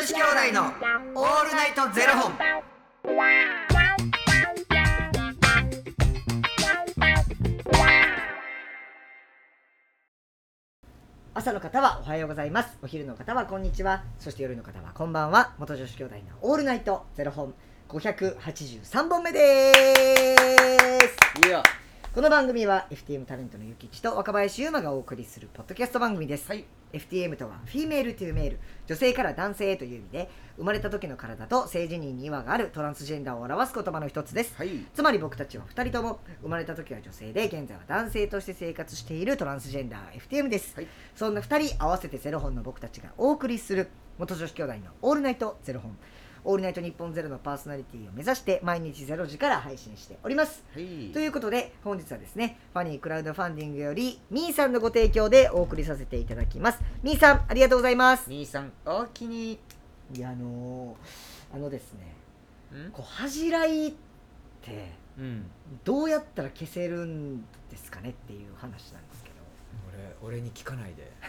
子兄弟のオールナイトゼロ本。 朝の方はおはようございます。お昼の方はこんにちは。そして夜の方はこんばんは。元女子兄弟のオールナイトゼロ本583本目です。 いや、 この番組は FTM タレントのゆきちと若林優馬がお送りするポッドキャスト番組です、FTM とはフィメールトゥーメール、女性から男性へという意味で、生まれた時の体と性自認に違和があるトランスジェンダーを表す言葉の一つです、つまり僕たちは2人とも生まれた時は女性で現在は男性として生活しているトランスジェンダー FTM です、そんな2人合わせてゼロ本の僕たちがお送りする元女子兄弟のオールナイトゼロ本、オールナイト日本ゼロのパーソナリティを目指して毎日0時から配信しております、ということで本日はですね、ファニークラウドファンディングよりみーさんのご提供でお送りさせていただきます。みーさんありがとうございます。 兄さんおおきに。 いやですね、こう恥じらいって、どうやったら消せるんですかねっていう話なんですけど、 俺に聞かないで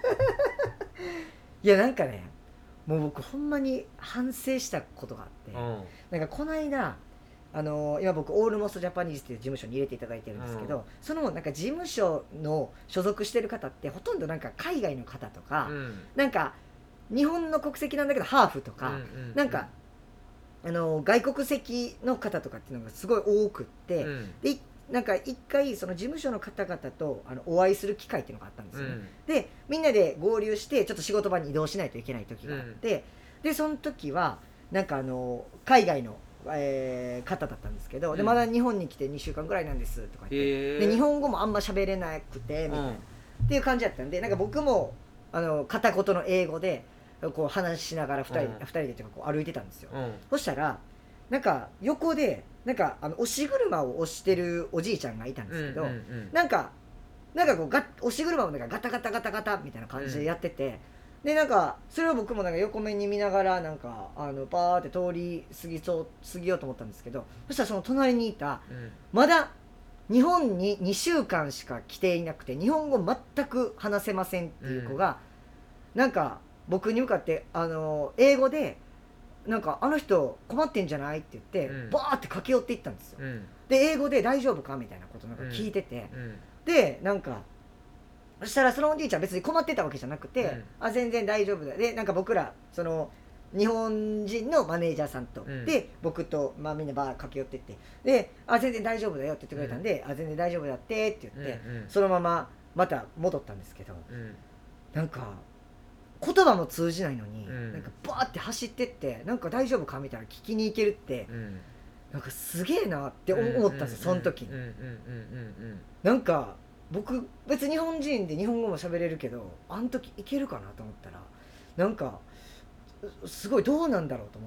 いやなんかね、もう僕ほんまに反省したことがあって、なんかこの間今僕オールモストジャパニーズっていう事務所に入れていただいてるんですけど、そのなんか事務所の所属してる方ってほとんどなんか海外の方とか、なんか日本の国籍なんだけどハーフとか、なんか外国籍の方とかっていうのがすごい多くって、でなんか一回その事務所の方々とお会いする機会っていうのがあったんですよ、でみんなで合流してちょっと仕事場に移動しないといけない時があって、でその時はなんか海外の、方だったんですけど、でまだ日本に来て2週間ぐらいなんですとか言って、で日本語もあんま喋れなくてみたいな、っていう感じだったんで、なんか僕も片言の英語でこう話しながら2人でとかこう歩いてたんですよ、そしたらなんか横でなんか押し車を押してるおじいちゃんがいたんですけど、なんかこう押し車をなんかガタガタガタガタみたいな感じでやってて、でなんかそれを僕もなんか横目に見ながらなんかパーって通り過ぎようと思ったんですけど、そしたらその隣にいた、まだ日本に2週間しか来ていなくて日本語全く話せませんっていう子が、なんか僕に向かって英語でなんかあの人困ってんじゃないって言って、バーって駆け寄っていったんですよ、で英語で大丈夫かみたいなことなんか聞いてて、でなんかそしたらそのおじいちゃん別に困ってたわけじゃなくて、全然大丈夫だで、なんか僕らその日本人のマネージャーさんと、で僕と、みんなバー駆け寄ってってで全然大丈夫だよって言ってくれたんで、全然大丈夫だってって言って、そのまままた戻ったんですけど、なんか言葉も通じないのに、なんかバーって走ってってなんか大丈夫かみたいな聞きに行けるって、なんかすげえなって思ったんですよ、その時に。なんか僕別に日本人で日本語も喋れるけど、あの時いけるかなと思ったら、なんかすごいどうなんだろうと思って、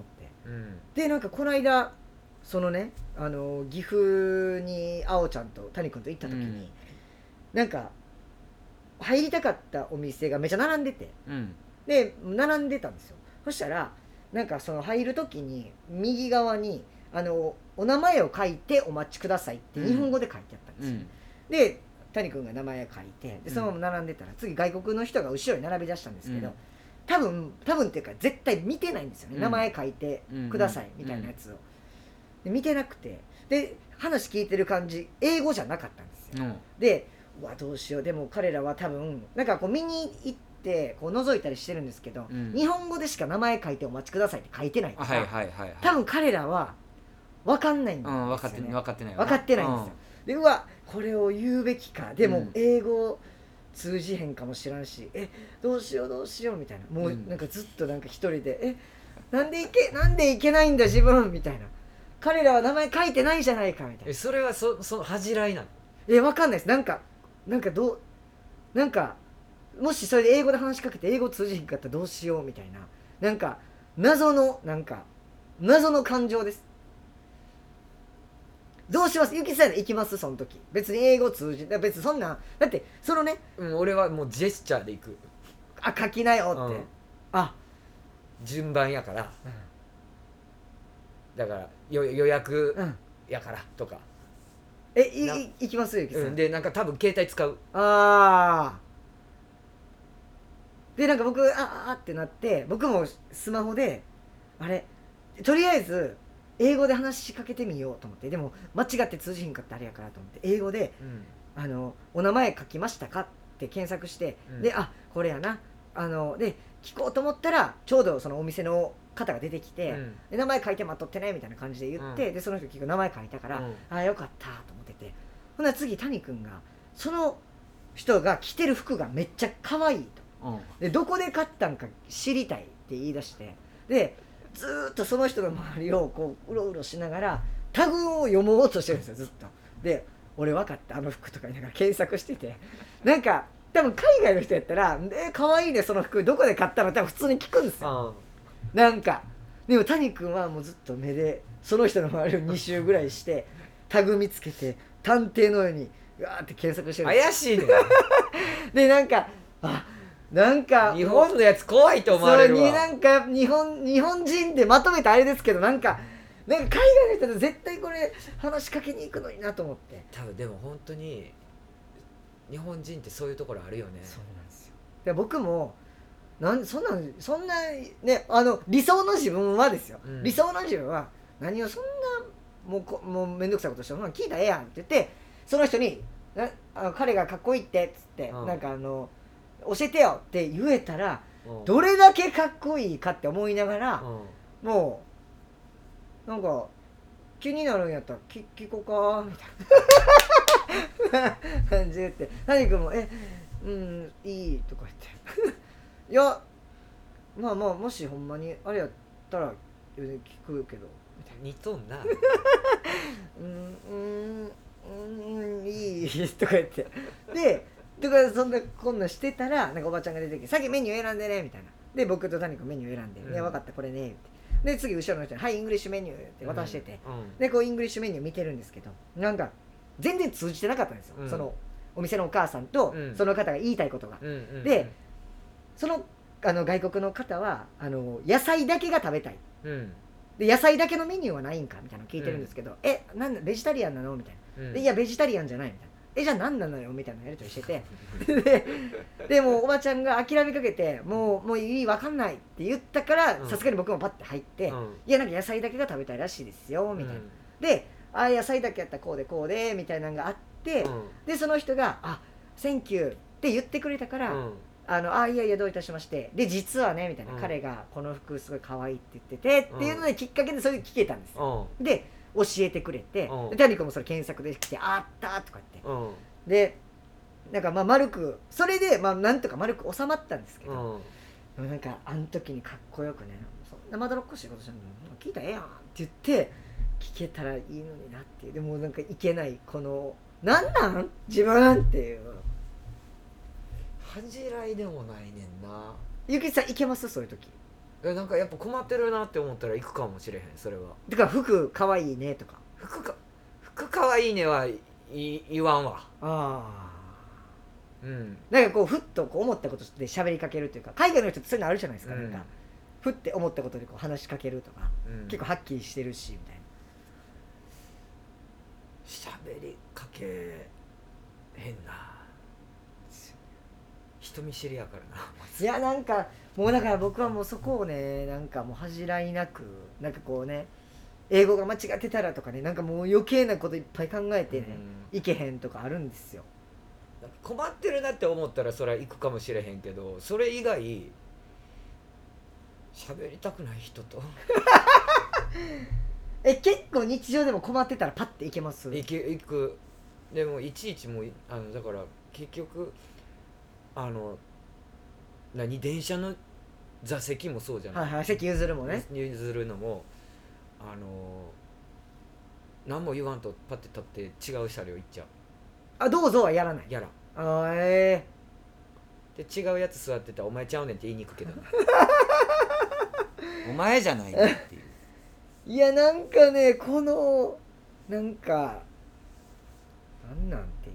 でなんかこの間そのね岐阜にあおちゃんと谷君と行った時に、なんか入りたかったお店がめちゃ並んでて、で並んでたんですよ。そしたらなんかその入る時に右側にお名前を書いてお待ちくださいって日本語で書いてあったんですよ、で谷君が名前書いて、でそのまま並んでたら次外国の人が後ろに並び出したんですけど、多分っていうか絶対見てないんですよね、名前書いてくださいみたいなやつを、で見てなくて、で話聞いてる感じ英語じゃなかったんですよ、でうわどうしよう、でも彼らは多分なんかこう見に行ってこう覗いたりしてるんですけど、日本語でしか名前書いてお待ちくださいって書いてないから、多分彼らは分かんないんですよね、分かってないんですよ、でうわこれを言うべきか、でも英語通じへんかもしらんし、どうしようみたいな、もうなんかずっとなんか一人でなんでいけないんだ自分みたいな、彼らは名前書いてないじゃないかみたいな。 それはその恥じらいなの？ 分かんないです。なんかもしそれで英語で話しかけて英語通じへんかったらどうしようみたいな、なんか謎の感情です。どうします？ゆきさん行きます？その時別に英語通じ別にそんなだってそのね、 俺はもうジェスチャーで行く。 書きなよって、 順番やから、だから予約やからとか、 行きますゆきさん、 でなんか多分携帯使う。 でなんか僕ってなって僕もスマホであれとりあえず英語で話しかけてみようと思って、でも間違って通じひんかったあれやからと思って英語でお名前書きましたかって検索して、でこれやなで聞こうと思ったらちょうどそのお店の方が出てきて、で名前書いて待っとってねみたいな感じで言って、でその人結局名前書いたから、よかったと思ってて、ほな次谷君がその人が着てる服がめっちゃ可愛いと、でどこで買ったんか知りたいって言い出して、でずーっとその人の周りをこううろうろしながらタグを読もうとしてるんですよずっと。で俺分かったあの服とか言いながら検索してて、なんか多分海外の人やったら可愛いねその服どこで買ったの多分普通に聞くんですよ。なんかでも谷君はもうずっと目でその人の周りを2周ぐらいしてタグ見つけて探偵のようにわーって検索してるんです怪しいねでなんかなんか日本のやつ怖いと思われるわ。 なんか日本人でまとめたあれですけど、なんか海外の人で絶対これ話しかけに行くのになと思って。 多分でも本当に日本人ってそういうところあるよね。 そうなんですよ。で僕もそんなね理想の自分はですよ、理想の自分は何をそんなもうめんどくさいことしても聞いたらええやんって言ってその人に彼がかっこいいってっつって、なんか教えてよって言えたら、どれだけかっこいいかって思いながら、もうなんか気になるんやったら聞こうかみたいな感じで言って谷君もいいとか言っていやまあもしほんまにあれやったら聞くけどみたいな似とんないいとか言ってでとかそんなこんなしてたらなんかおばちゃんが出てきて先メニュー選んでねみたいなで僕と谷君メニュー選んで、いや分かったこれねってで次後ろの人にはいイングリッシュメニューって渡してて、でこうイングリッシュメニュー見てるんですけどなんか全然通じてなかったんですよ、そのお店のお母さんとその方が言いたいことが、でその外国の方は野菜だけが食べたい、で野菜だけのメニューはないんかみたいなの聞いてるんですけど、なんだベジタリアンなのみたいな、でいやベジタリアンじゃないみたいな、じゃあ何なのよみたいなやりとりしててでもうおばちゃんが諦めかけてもういい分かんないって言ったからさすがに僕もパッて入って、いやなんか野菜だけが食べたいらしいですよみたいな、で野菜だけやったらこうでみたいなのがあって、でその人がセンキューって言ってくれたから、いやいやどういたしましてで実はねみたいな、彼がこの服すごい可愛いって言ってて、っていうのできっかけでそれ聞けたんですよ、で教えてくれて、で谷君もそれ検索で来てあったとか言って、でなんか丸くそれでなんとか丸く収まったんですけど、なんかあの時にかっこよくねそんなまどろっこしいことしたの聞いたらええやんって言って聞けたらいいのになっていう、でもなんかいけないこのなん自分っていう恥じらいでもないねんな。 ゆきさんいけますそういう時？ なんかやっぱ困ってるなって思ったら行くかもしれへん。それはだから服かわいいねとか服かわいいねは言わんわ。 なんかこうふっとこう思ったことで喋りかけるというか、海外の人ってそういうのあるじゃないですか、なんかふって思ったことでこう話しかけるとか、結構はっきりしてるしみたいな。 喋りかけへんな。人見知りやからな。 いやなんかもうだから僕はもうそこをねなんかもう恥じらいなくなんかこうね英語が間違ってたらとかねなんかもう余計なこといっぱい考えてね、いけへんとかあるんですよ。 困ってるなって思ったらそれは行くかもしれへんけど、それ以外喋りたくない人と結構日常でも困ってたらパッて行けます？ 行く。でもいちいちもうだから結局電車の座席もそうじゃない、 席譲るもね譲るのも何も言わんとパッて立って違う車両行っちゃう。 どうぞはやらない。 やらん。 で違うやつ座ってたらお前ちゃうねんって言いに行くけどお前じゃないねっていう。 いやなんかねこのなんかなんていう、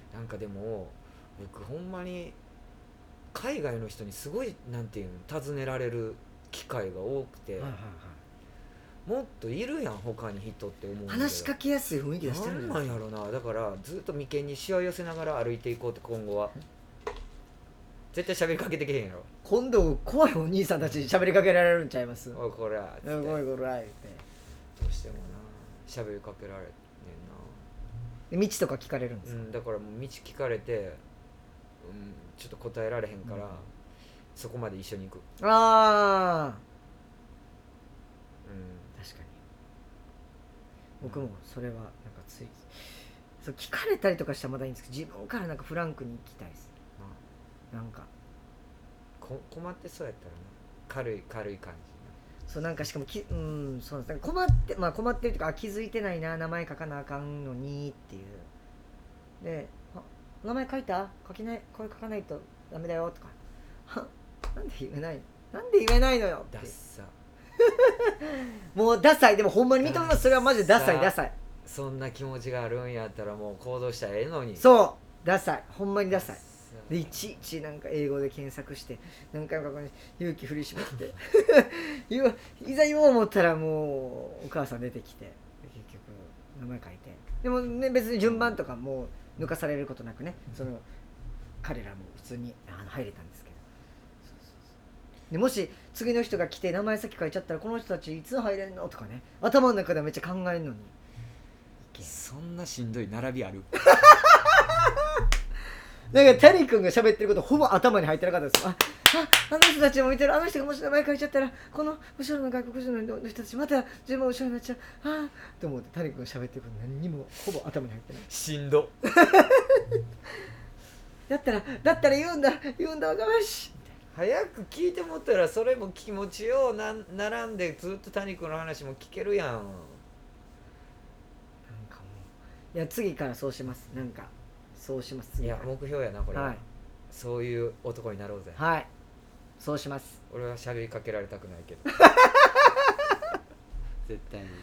なんかでも僕ほんまに海外の人にすごいなんていうの尋ねられる機会が多くて、もっといるやん他に人って思うんだけど、 話しかけやすい雰囲気出してるんじゃないなんやろな。だからずっと眉間にしわ寄せながら歩いていこうって今後は絶対喋りかけてけへんやろ。 今度怖いお兄さんたちに喋りかけられるんちゃいます？ おいこらっつって、 おいこら言ってどうしてもな喋りかけられねで道とか聞かれるんですか？ んな、だからもう道聞かれて、ちょっと答えられへんから、そこまで一緒に行く。 ああ確かに僕もそれはなんかついそう聞かれたりとかしたらまだいいんですけど、自分からなんかフランクに行きたいです。なんか困ってそうやったらな、軽い感じな。 そうなんかしかもそうなんです。困ってるとか気づいてないな、名前書かなあかんのにっていうで、名前書いた？書かないとダメだよとかなんで言えないのよってダッサもうダサい。でもほんまに認めます。それはマジでダサい。 そんな気持ちがあるんやったらもう行動したらええのに。 そうダサい、ほんまにダサいで、いちいちなんか英語で検索して何回もここに勇気振り絞っていざ言おう思ったらもうお母さん出てきて結局名前書いて、でもね別に順番とかもう抜かされることなくね、その彼らも普通に入れたんですけど、でもし次の人が来て名前先書いちゃったらこの人たちいつ入れんのとかね、頭の中ではめっちゃ考えるのにそんなしんどい並びあるなんか谷君が喋ってることほぼ頭に入ってなかったです。あの人たちも見てる、あの人がもし名前書いちゃったらこの後ろの外国人の人たちまた自分後ろになっちゃうと思って、谷君が喋ってること何にもほぼ頭に入ってない。 しんどだったら言うんだ若林早く聞いてもったらそれも気持ちよう並んでずっと谷君の話も聞けるやん。 なんかもういや次からそうします。なんかそうします。 いや目標やなこれは、 はい、 そういう男になろうぜ。 はいそうします。 俺は喋りかけられたくないけど絶対に。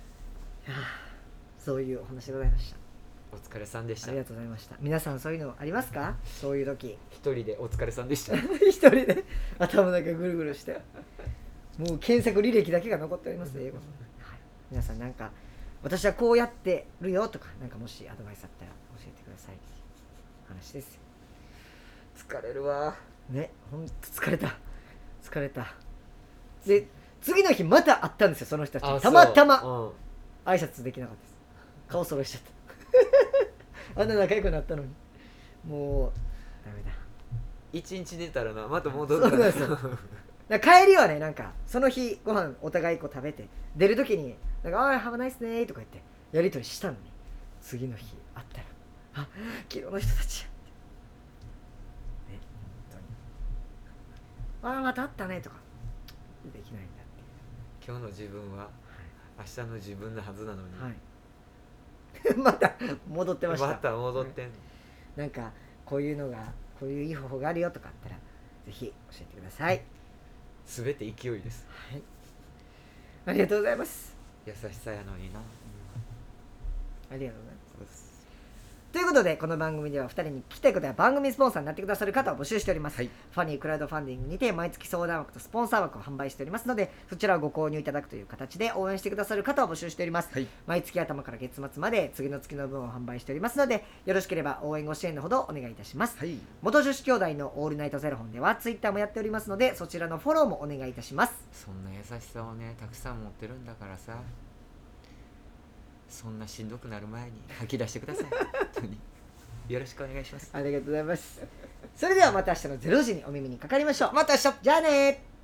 そういうお話でございました。 お疲れさんでした。 ありがとうございました。皆さんそういうのありますか？そういう時一人でお疲れさんでした一人で頭の中ぐるぐるしてもう検索履歴だけが残っております英語、はい、皆さんなんか私はこうやってるよとか、なんかもしアドバイスあったら教えてください話ですよ。 疲れるわね、ほんと疲れたで次の日また会ったんですよ、その人たちにたまたま、挨拶できなかったです。顔揃えしちゃったあんな仲良くなったのにもうダメだ。 一日出たらなまた戻るから。 そうなんですよだから帰りはね、なんかその日ご飯お互いこう食べて出るときになんか「おいハブナイスね」とか言ってやり取りしたのに、次の日会ったら「あ昨日の人たちや」ね、本当に「あまた会ったね」とかできないんだっていう。 今日の自分は明日の自分のはずなのに、 はいまた戻ってました。 また戻ってんの、 なんかこういうのがこういういい方法があるよとかあったらぜひ教えてください。 すべて勢いです。 はい、ありがとうございます。 優しさやのにな、 ありがとうございます。ということでこの番組では2人に聞きたいことや番組スポンサーになってくださる方を募集しております、はい、ファニークラウドファンディングにて毎月相談枠とスポンサー枠を販売しておりますので、そちらをご購入いただくという形で応援してくださる方を募集しております、はい、毎月頭から月末まで次の月の分を販売しておりますので、よろしければ応援ご支援のほどお願いいたします、はい、元女子兄弟のオールナイトゼロ本ではツイッターもやっておりますので、そちらのフォローもお願いいたします。 そんな優しさをねたくさん持ってるんだからさ、そんなしんどくなる前に吐き出してください本当によろしくお願いします。 ありがとうございます。それではまた明日の0時にお耳にかかりましょう。 また明日。 じゃあね。